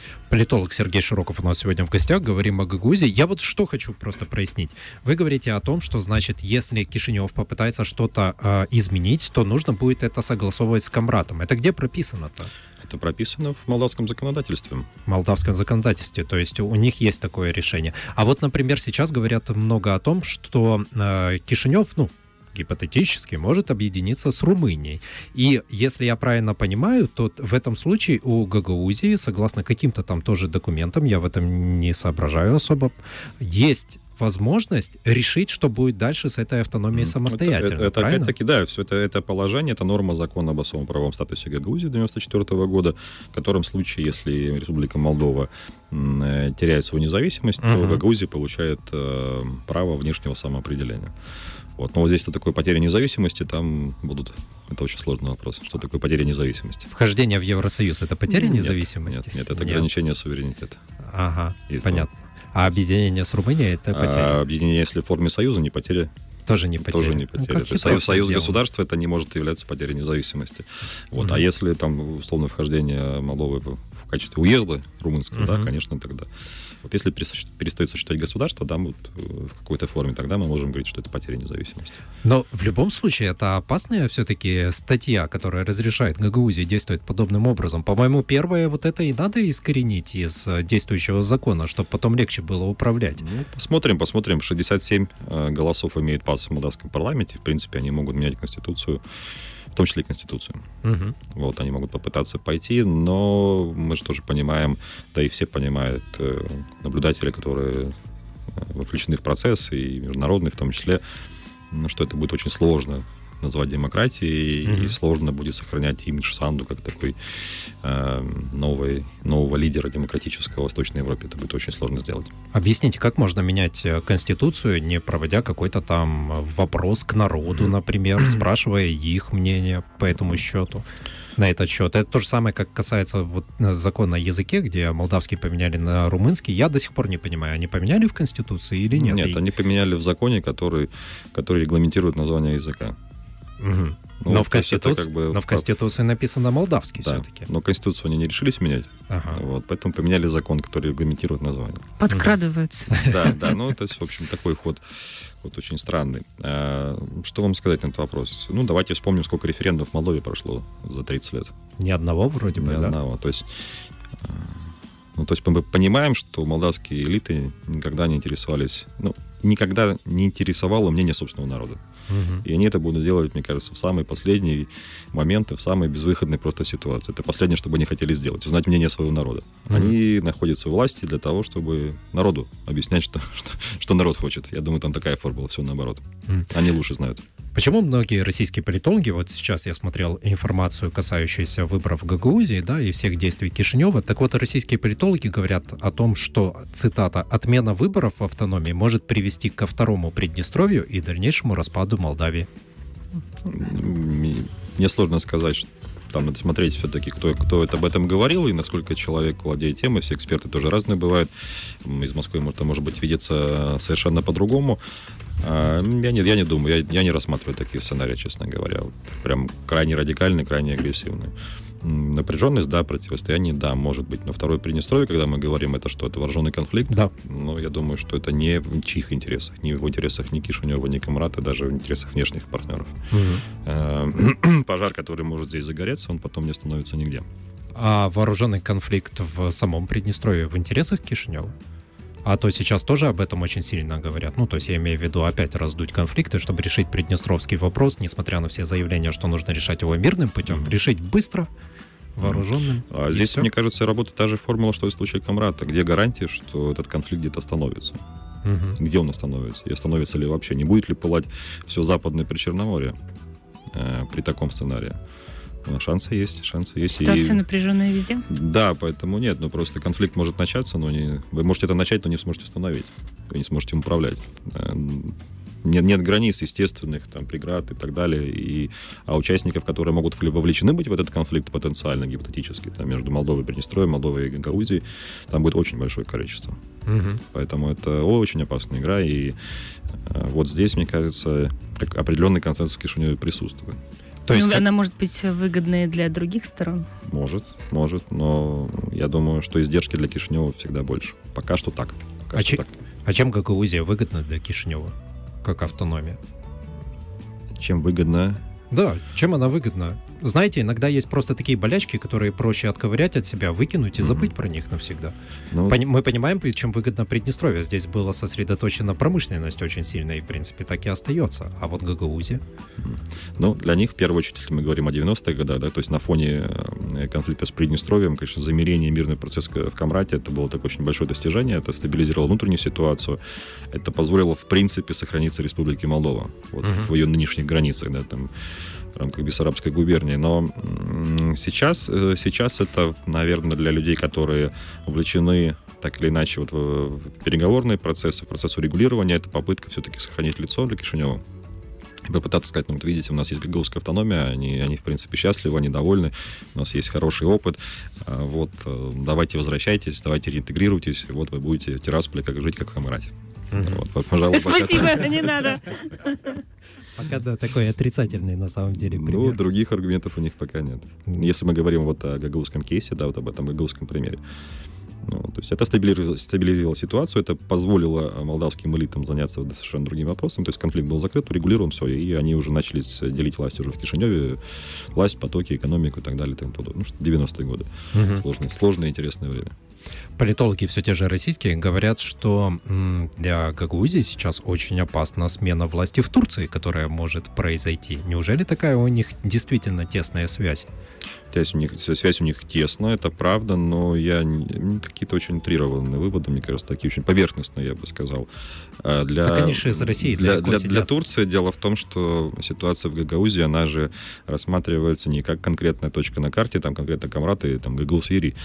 Политолог Сергей Широков у нас сегодня в гостях. Говорим о Гагаузии. Я вот что хочу просто прояснить. Вы говорите о том, что, значит, если Кишинев попытается что-то изменить, то нужно будет это согласовывать с Комратом. Это где прописано-то? Это прописано в молдавском законодательстве. В молдавском законодательстве. То есть у них есть такое решение. А вот, например, сейчас говорят много о том, что Кишинев, гипотетически может объединиться с Румынией. И если я правильно понимаю, то в этом случае у Гагаузии, согласно каким-то там тоже документам, я в этом не соображаю особо, есть возможность решить, что будет дальше с этой автономией самостоятельно. Это опять-таки, да, все это положение, это норма закона об особом правовом статусе Гагаузии 1994 года, в котором случае, если Республика Молдова теряет свою независимость, то Гагаузия получает право внешнего самоопределения. Вот. Но вот здесь что такое потеря независимости, там будут... Это очень сложный вопрос. Что такое потеря независимости? Вхождение в Евросоюз — это потеря независимости? Нет, это ограничение суверенитета. Ага, понятно. А объединение с Румынией — это потеря? А объединение, если в форме союза, не потеря. Тоже не потеря. Тоже не потеря. Союз государства, это не может являться потерей независимости. Вот. А если там условно вхождение Молдовы в качестве уезда румынского, да, конечно, тогда. Вот если перестает существовать государство, да, вот, в какой-то форме, тогда мы можем говорить, что это потеря независимости. Но в любом случае это опасная все-таки статья, которая разрешает Гагаузии действовать подобным образом. По-моему, первое вот это и надо искоренить из действующего закона, чтобы потом легче было управлять. Посмотрим. 67 голосов имеет ПАС в молдавском парламенте. В принципе, они могут менять Конституцию, в том числе и Конституцию. Вот, они могут попытаться пойти, но мы же тоже понимаем, да и все понимают, наблюдатели, которые вовлечены в процесс, и международные в том числе, что это будет очень сложно назвать демократией, и сложно будет сохранять имидж Санду как такой нового лидера демократического в Восточной Европе. Это будет очень сложно сделать. Объясните, как можно менять Конституцию, не проводя какой-то там вопрос к народу, например, спрашивая их мнение по этому счету? На этот счет. Это то же самое, как касается вот закона о языке, где молдавский поменяли на румынский. Я до сих пор не понимаю, они поменяли в Конституции или нет? Нет, они поменяли в законе, который регламентирует название языка. Но в Конституции написано молдавский, да, все-таки. Но Конституцию они не решились менять. Вот, поэтому поменяли закон, который регламентирует название. Подкрадываются. Да, это, в общем, такой ход очень странный. Что вам сказать на этот вопрос? Давайте вспомним, сколько референдумов в Молдове прошло за 30 лет. Ни одного вроде бы, да? Ни одного. То есть мы понимаем, что молдавские элиты никогда не интересовались, никогда не интересовало мнение собственного народа. И они это будут делать, мне кажется, в самые последние моменты, в самой безвыходной просто ситуации. Это последнее, что бы они хотели сделать, узнать мнение своего народа. Они находятся у власти для того, чтобы народу объяснять, что народ хочет. Я думаю, там такая формула, все наоборот. Они лучше знают. Почему многие российские политологи, вот сейчас я смотрел информацию, касающуюся выборов в Гагаузии, да, и всех действий Кишинева, так вот, российские политологи говорят о том, что, цитата, «отмена выборов в автономии может привести ко второму Приднестровью и дальнейшему распаду Молдавии». Мне сложно сказать, что там надо смотреть все-таки, кто это об этом говорил, и насколько человек владеет темой. Все эксперты тоже разные бывают. Из Москвы это, может быть, видится совершенно по-другому. Я не думаю, я не рассматриваю такие сценарии, честно говоря. Прям крайне радикальные, крайне агрессивные. Напряженность, да, противостояние, да, может быть. Но второе Приднестровье, когда мы говорим, это что, это вооруженный конфликт? Да. Я думаю, что это не в чьих интересах. Не в интересах ни Кишинева, ни Комрата, даже в интересах внешних партнеров. Пожар, который может здесь загореться, он потом не остановится нигде. А вооруженный конфликт в самом Приднестровье в интересах Кишинева? А то сейчас тоже об этом очень сильно говорят. То есть я имею в виду опять раздуть конфликты, чтобы решить приднестровский вопрос, несмотря на все заявления, что нужно решать его мирным путем, решить быстро, вооруженным. А здесь, все. Мне кажется, работает та же формула, что и в случае Комрата. Где гарантия, что этот конфликт где-то остановится? Где он остановится? И остановится ли вообще? Не будет ли пылать все западное Причерноморье при таком сценарии? Шансы есть. Ситуация напряженная везде? Да, поэтому нет. Просто конфликт может начаться, но вы можете это начать, но не сможете остановить. Вы не сможете им управлять. Нет границ естественных, преград и так далее. А участников, которые могут вовлечены быть в этот конфликт потенциально, гипотетически, между Молдовой и Приднестровьем, Молдовой и Гагаузией, там будет очень большое количество. Поэтому это очень опасная игра. И вот здесь, мне кажется, определенный консенсус в Кишиневе присутствует. То есть она может быть выгодной для других сторон? Может, но я думаю, что издержки для Кишинева всегда больше. Пока что так. А чем Гагаузия выгодна для Кишинева, как автономия? Чем выгодно? Да, чем она выгодна? Знаете, иногда есть просто такие болячки, которые проще отковырять от себя, выкинуть и забыть про них навсегда. Мы понимаем, чем выгодно Приднестровье. Здесь была сосредоточена промышленность очень сильная, и, в принципе, так и остается. А вот Гагаузия? Для них, в первую очередь, если мы говорим о 90-х годах, да, то есть на фоне конфликта с Приднестровьем, конечно, замирение, мирный процесс в Камрате, это было такое очень большое достижение, это стабилизировало внутреннюю ситуацию, это позволило, в принципе, сохраниться Республике Молдова в ее нынешних границах, да, там, в рамках Бессарабской губернии. Но сейчас это, наверное, для людей, которые увлечены так или иначе в переговорные процессы, в процесс урегулирования, это попытка все-таки сохранить лицо для Кишинева. И попытаться сказать, видите, у нас есть гагаузская автономия, они, в принципе, счастливы, они довольны, у нас есть хороший опыт, давайте возвращайтесь, давайте реинтегрируйтесь, вы будете в Тирасполе жить, как в Камрате. Пожалуй, спасибо, не надо. Пока да, такой отрицательный на самом деле пример. Других аргументов у них пока нет. Если мы говорим о гагаузском кейсе, да, об этом гагаузском примере. То есть это стабилизировало ситуацию, это позволило молдавским элитам заняться совершенно другим вопросом. То есть конфликт был закрыт, урегулирован, все, и они уже начали делить власть уже в Кишиневе, власть, потоки, экономику и так далее. И тому подобное. 90-е годы. Сложное и интересное время. Политологи, все те же российские, говорят, что для Гагаузии сейчас очень опасна смена власти в Турции, которая может произойти. Неужели такая у них действительно тесная связь? Связь у них тесная, это правда, но какие-то очень утрированные выводы, мне кажется, такие очень поверхностные, я бы сказал. Так они же из России для Турции дело в том, что ситуация в Гагаузии, она же рассматривается не как конкретная точка на карте, там конкретно Камрат и там Гагауз-Ири.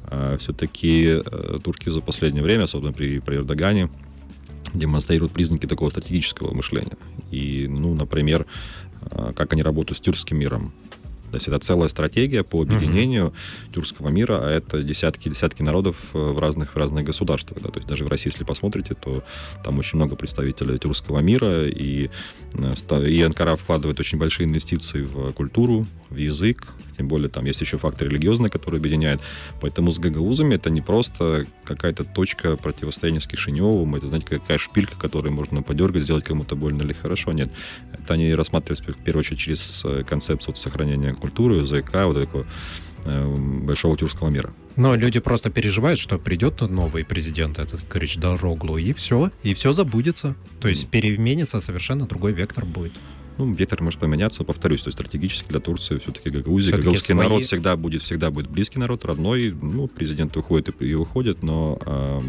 Все-таки турки за последнее время, особенно при Эрдогане, демонстрируют признаки такого стратегического мышления. И, например, как они работают с тюркским миром. То есть это целая стратегия по объединению тюркского мира, а это десятки народов в разных государствах. Да. То есть даже в России, если посмотрите, то там очень много представителей тюркского мира, и Анкара вкладывает очень большие инвестиции в культуру, в язык, тем более там есть еще фактор религиозный, который объединяет. Поэтому с гагаузами это не просто какая-то точка противостояния с Кишиневым, это, знаете, какая шпилька, которой можно подергать, сделать кому-то больно или хорошо. Нет, это они рассматривают в первую очередь через концепцию сохранения культуры, языка, такого большого тюркского мира. Но люди просто переживают, что придет новый президент, этот Кылычдароглу, и все забудется. То есть переменится, совершенно другой вектор будет. Вектор может поменяться, повторюсь, то есть стратегически для Турции все-таки Гагаузия. Гагаузский народ всегда будет близкий народ, родной. Президент уходит и уходит, но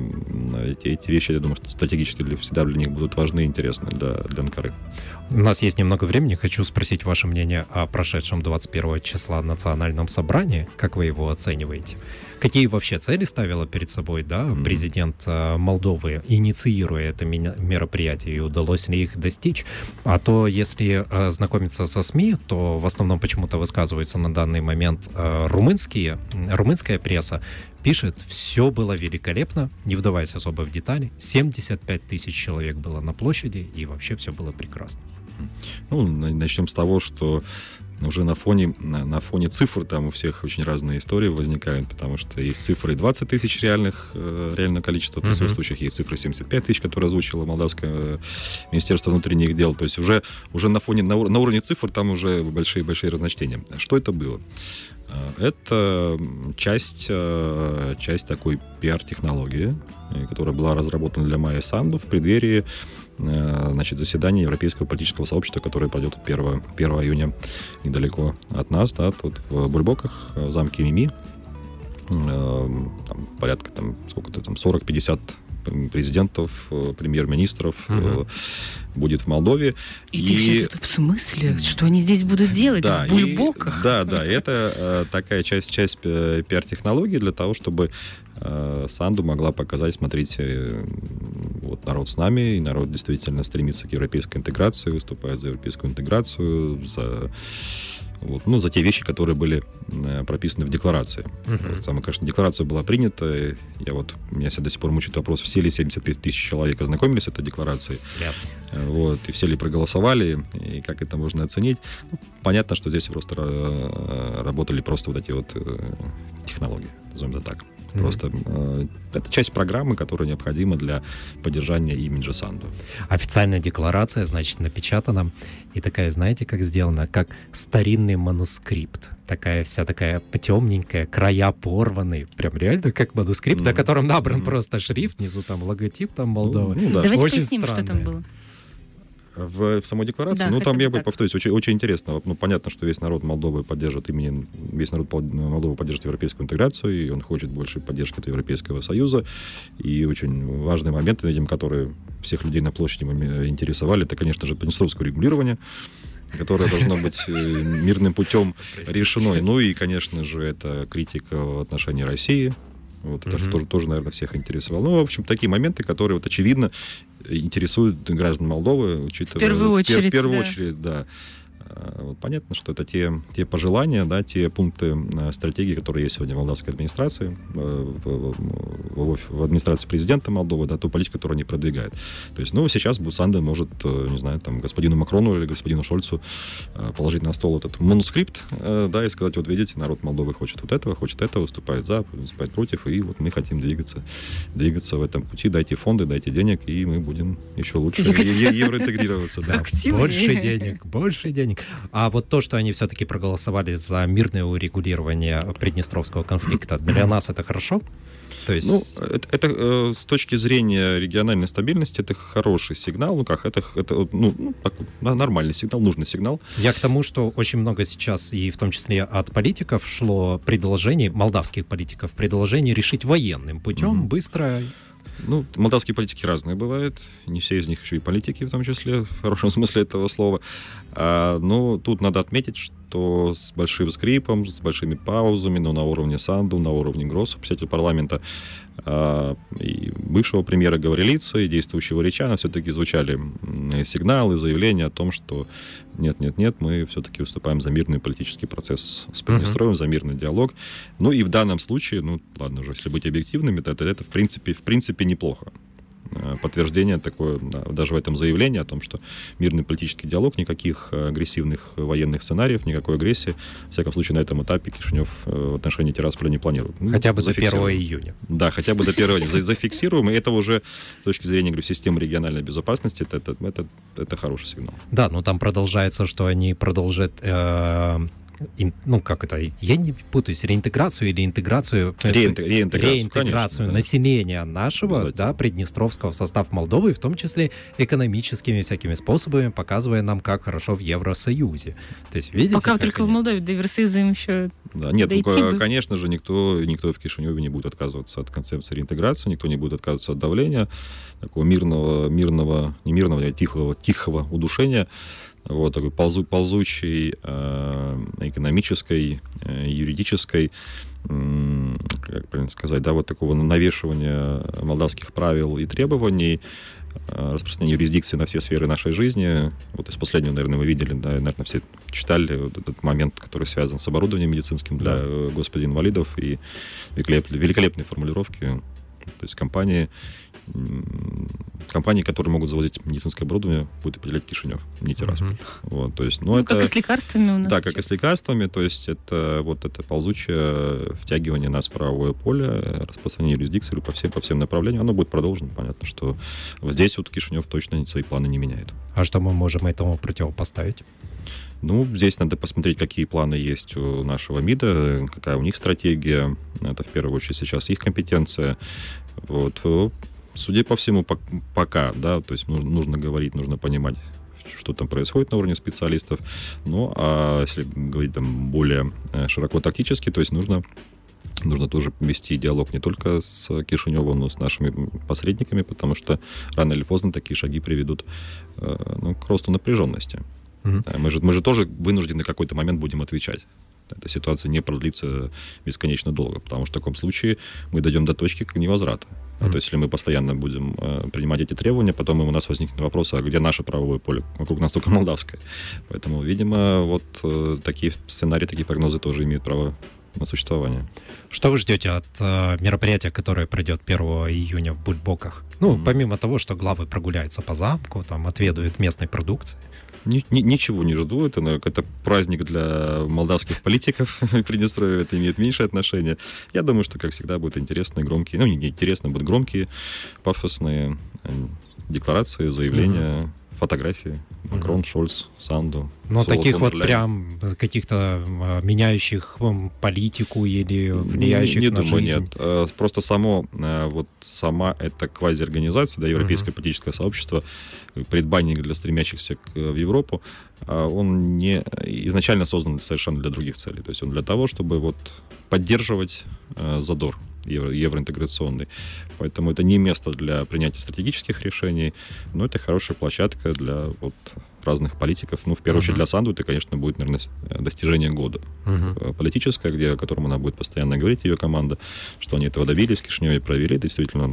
эти вещи, я думаю, что стратегически всегда для них будут важны и интересны для Анкары. У нас есть немного времени. Хочу спросить ваше мнение о прошедшем 21 числа национальном собрании. Как вы его оцениваете? Какие вообще цели ставила перед собой президент Молдовы, инициируя это мероприятие, и удалось ли их достичь? А то, если знакомиться со СМИ, то в основном почему-то высказываются на данный момент румынская пресса, пишет, все было великолепно, не вдаваясь особо в детали. 75 тысяч человек было на площади, и вообще все было прекрасно. Начнем с того, что уже на фоне цифр там у всех очень разные истории возникают, потому что есть цифры 20 тысяч реального количества присутствующих, есть цифры 75 тысяч, которые озвучило Молдавское Министерство внутренних дел. То есть уже на уровне цифр там уже большие разночтения. Что это было? Это часть такой пиар-технологии, которая была разработана для Майя Санду в преддверии заседания Европейского политического сообщества, которое пройдет 1 июня недалеко от нас, да, тут в Бульбоках, в замке Мими. Там порядка 40-50 президентов, премьер-министров будет в Молдове. В смысле? Что они здесь будут делать? Да, в Бульбоках? Это такая часть пиар-технологии для того, чтобы Санду могла показать, смотрите, вот народ с нами, и народ действительно стремится к европейской интеграции, выступает за европейскую интеграцию, за те вещи, которые были прописаны в декларации. Конечно, декларация была принята. Меня до сих пор мучает вопрос, все ли 75 тысяч человек ознакомились с этой декларацией. Вот, и все ли проголосовали, и как это можно оценить. Ну, понятно, что здесь просто работали просто вот эти вот технологии, назовем это так. Просто это часть программы, которая необходима для поддержания имиджа Санду. Официальная декларация, значит, напечатана. И такая, знаете, как сделана? Как старинный манускрипт. Такая вся такая потемненькая, края порваны. Прям реально как манускрипт, на котором набран просто шрифт, внизу там логотип там Молдовы. Да. Давайте Очень поясним, странное. что там было. В самой декларации, Да, ну, там, хотя я бы так. повторюсь, очень интересно. Ну, понятно, что весь народ Молдовы поддерживает весь народ Молдовы поддерживает европейскую интеграцию, и он хочет больше поддержки от Европейского Союза. И очень важные моменты, видим, которые всех людей на площади интересовали, это, конечно же, приднестровское регулирование, которое должно быть мирным путем решено. Ну и, конечно же, это критика в отношении России. Вот это же тоже, наверное, всех интересовало. Ну, в общем, такие моменты, которые, вот, очевидно, интересуют граждан Молдовы, учитывая... В первую очередь, В первую да. очередь, да. Вот понятно, что это те пожелания, да, те пункты стратегии, которые есть сегодня в молдавской администрации, в администрации президента Молдовы, да, ту политику, которую они продвигают. То есть, ну, сейчас Бусанда может, не знаю, там, господину Макрону или господину Шольцу положить на стол этот манускрипт, да, и сказать, вот видите, народ Молдовы хочет вот этого, выступает за, выступает против, и вот мы хотим двигаться в этом пути, дайте фонды, дайте денег, и мы будем еще лучше евроинтегрироваться. Да. Активнее. Больше денег. А вот то, что они все-таки проголосовали за мирное урегулирование приднестровского конфликта, для нас это хорошо? То есть... Ну, это с точки зрения региональной стабильности это хороший сигнал. Ну как, это нормальный сигнал, нужный сигнал. Я к тому, что очень много сейчас, и в том числе от политиков, шло предложений, молдавских политиков, предложений решить военным путем, быстро. Ну, молдавские политики разные бывают. Не все из них еще и политики, в том числе, в хорошем смысле этого слова. Но тут надо отметить, что с большим скрипом, с большими паузами, но на уровне Санду, на уровне Гросса, председателя парламента, и бывшего премьера Гаврилица, и действующего Речана все-таки звучали сигналы, заявления о том, что нет, мы все-таки выступаем за мирный политический процесс с Приднестровьем, за мирный диалог. Ну и в данном случае, ну ладно уже, если быть объективными, то это в принципе неплохо. Подтверждение такое, даже в этом заявлении о том, что мирный политический диалог, никаких агрессивных военных сценариев, никакой агрессии, в всяком случае, на этом этапе Кишинев в отношении Тирасполя не планирует. Хотя бы до 1 июня. Да, хотя бы до 1 июня. Зафиксируем, и это уже с точки зрения, говорю, системы региональной безопасности, это хороший сигнал. Да, но там продолжается, что они продолжат... я не путаюсь, реинтеграцию или интеграцию... Реинтеграцию конечно, населения нашего, да, приднестровского в состав Молдовы, в том числе экономическими всякими способами, показывая нам, как хорошо в Евросоюзе. То есть, видите, пока только в Молдове до Евросоюза им еще дойти. Конечно же, никто в Кишиневе не будет отказываться от концепции реинтеграции, никто не будет отказываться от давления, такого тихого удушения. Вот такой ползучей экономической, юридической, как правильно сказать, да, вот такого навешивания молдавских правил и требований, распространения юрисдикции на все сферы нашей жизни. Вот из последнего, наверное, вы видели, да, наверное, все читали вот этот момент, который связан с оборудованием медицинским для господ-инвалидов, и великолепные формулировки. То есть компании, которые могут завозить медицинское оборудование, будет определять Кишинев, не Тирасполь. Вот, то есть, это, как и с лекарствами у нас. Да, как и с лекарствами, то есть это ползучее втягивание нас в правовое поле, распространение юрисдикции по всем направлениям, оно будет продолжено. Понятно, что здесь вот Кишинев точно свои планы не меняет. А что мы можем этому противопоставить? Ну, здесь надо посмотреть, какие планы есть у нашего МИДа, какая у них стратегия. Это, в первую очередь, сейчас их компетенция. Вот. Судя по всему, пока, да, то есть нужно говорить, нужно понимать, что там происходит на уровне специалистов. Ну, а если говорить там более широко тактически, то есть нужно тоже вести диалог не только с Кишиневым, но и с нашими посредниками, потому что рано или поздно такие шаги приведут к росту напряженности. Мы же тоже вынуждены в какой-то момент будем отвечать. Эта ситуация не продлится бесконечно долго, потому что в таком случае мы дойдем до точки невозврата. То есть, если мы постоянно будем принимать эти требования, потом у нас возникнет вопрос, а где наше правовое поле? Вокруг нас только молдавское. Поэтому, видимо, вот такие сценарии, такие прогнозы тоже имеют право на существование. Что вы ждете от мероприятия, которое пройдет 1 июня в Бульбоках? Ну, помимо того, что главы прогуляются по замку, там, отведают местной продукции. Ничего не жду. Это праздник для молдавских политиков. Приднестровье это имеет меньшее отношение. Я думаю, что, как всегда, будут интересные, громкие... Ну, не интересные, будут громкие, пафосные декларации, заявления, фотографии. Макрон, Шольц, Санду. Но таких вот Ляйн. прям каких-то меняющих политику или влияющих не на думаю, жизнь. нет. Просто сама эта квазиорганизация, да, Европейское политическое сообщество, предбанник для стремящихся в Европу, он не изначально создан совершенно для других целей. То есть он для того, чтобы вот поддерживать задор евроинтеграционный. Поэтому это не место для принятия стратегических решений, но это хорошая площадка для вот разных политиков. Ну, в первую очередь для Санду это, конечно, будет, наверное, достижение года. Политическое, о котором она будет постоянно говорить, ее команда, что они этого добились, в Кишиневе провели. Действительно,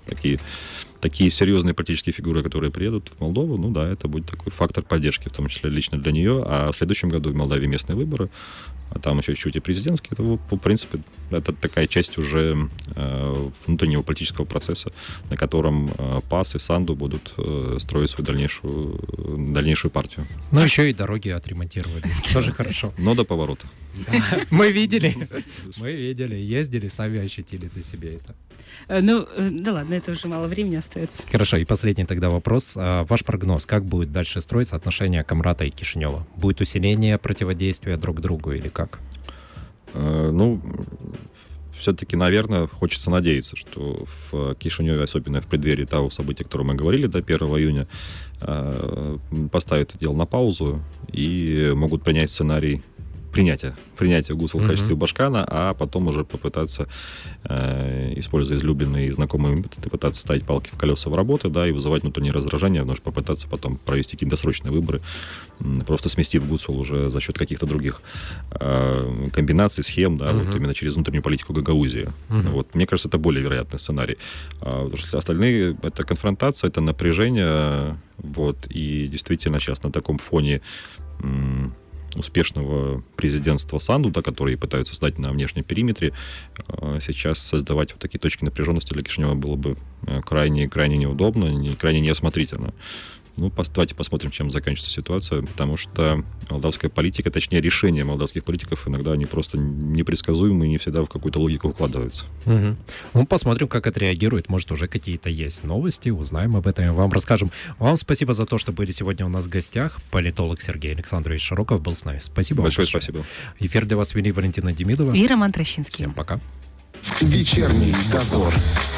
такие серьезные политические фигуры, которые приедут в Молдову, ну да, это будет такой фактор поддержки, в том числе лично для нее. А в следующем году в Молдавии местные выборы, а там еще чуть-чуть и президентские, это, в принципе, это такая часть уже внутреннего политического процесса, на котором ПАС и Санду будут строить свою дальнейшую партию. Ну, еще и дороги отремонтировали. Тоже хорошо. Но до поворота. Мы видели, ездили, сами ощутили для себя это. Ну, да ладно, это уже мало времени остается. Хорошо, и последний тогда вопрос. Ваш прогноз, как будет дальше строиться отношения Камрата и Кишинева? Будет усиление противодействия друг другу или как? Ну, все-таки, наверное, хочется надеяться, что в Кишиневе, особенно в преддверии того события, о котором мы говорили, до 1 июня, поставят это дело на паузу и могут принять сценарий принятия ГУСЛ в качестве Башкана, а потом уже попытаться, используя излюбленные и знакомые методы, пытаться ставить палки в колеса в работы, да, и вызывать внутреннее раздражение, потому что попытаться потом провести какие-то досрочные выборы, просто сместив ГУСЛ уже за счет каких-то других комбинаций, схем, да, вот именно через внутреннюю политику Гагаузии. Вот. Мне кажется, это более вероятный сценарий. Потому что остальные — это конфронтация, это напряжение, вот, и действительно сейчас на таком фоне успешного президентства Санду, да, которые пытаются создать на внешнем периметре, сейчас создавать вот такие точки напряженности для Кишинева было бы крайне неудобно, крайне неосмотрительно. Ну, давайте посмотрим, чем заканчивается ситуация, потому что молдавская политика, точнее, решения молдавских политиков иногда они просто непредсказуемы и не всегда в какую-то логику укладываются. Ну, посмотрим, как отреагирует. Может, уже какие-то есть новости, узнаем об этом и вам расскажем. Вам спасибо за то, что были сегодня у нас в гостях. Политолог Сергей Александрович Широков был с нами. Спасибо Большое вам. Спасибо. Эфир для вас вели Валентина Демидова. И Роман Трощинский. Всем пока. Вечерний дозор.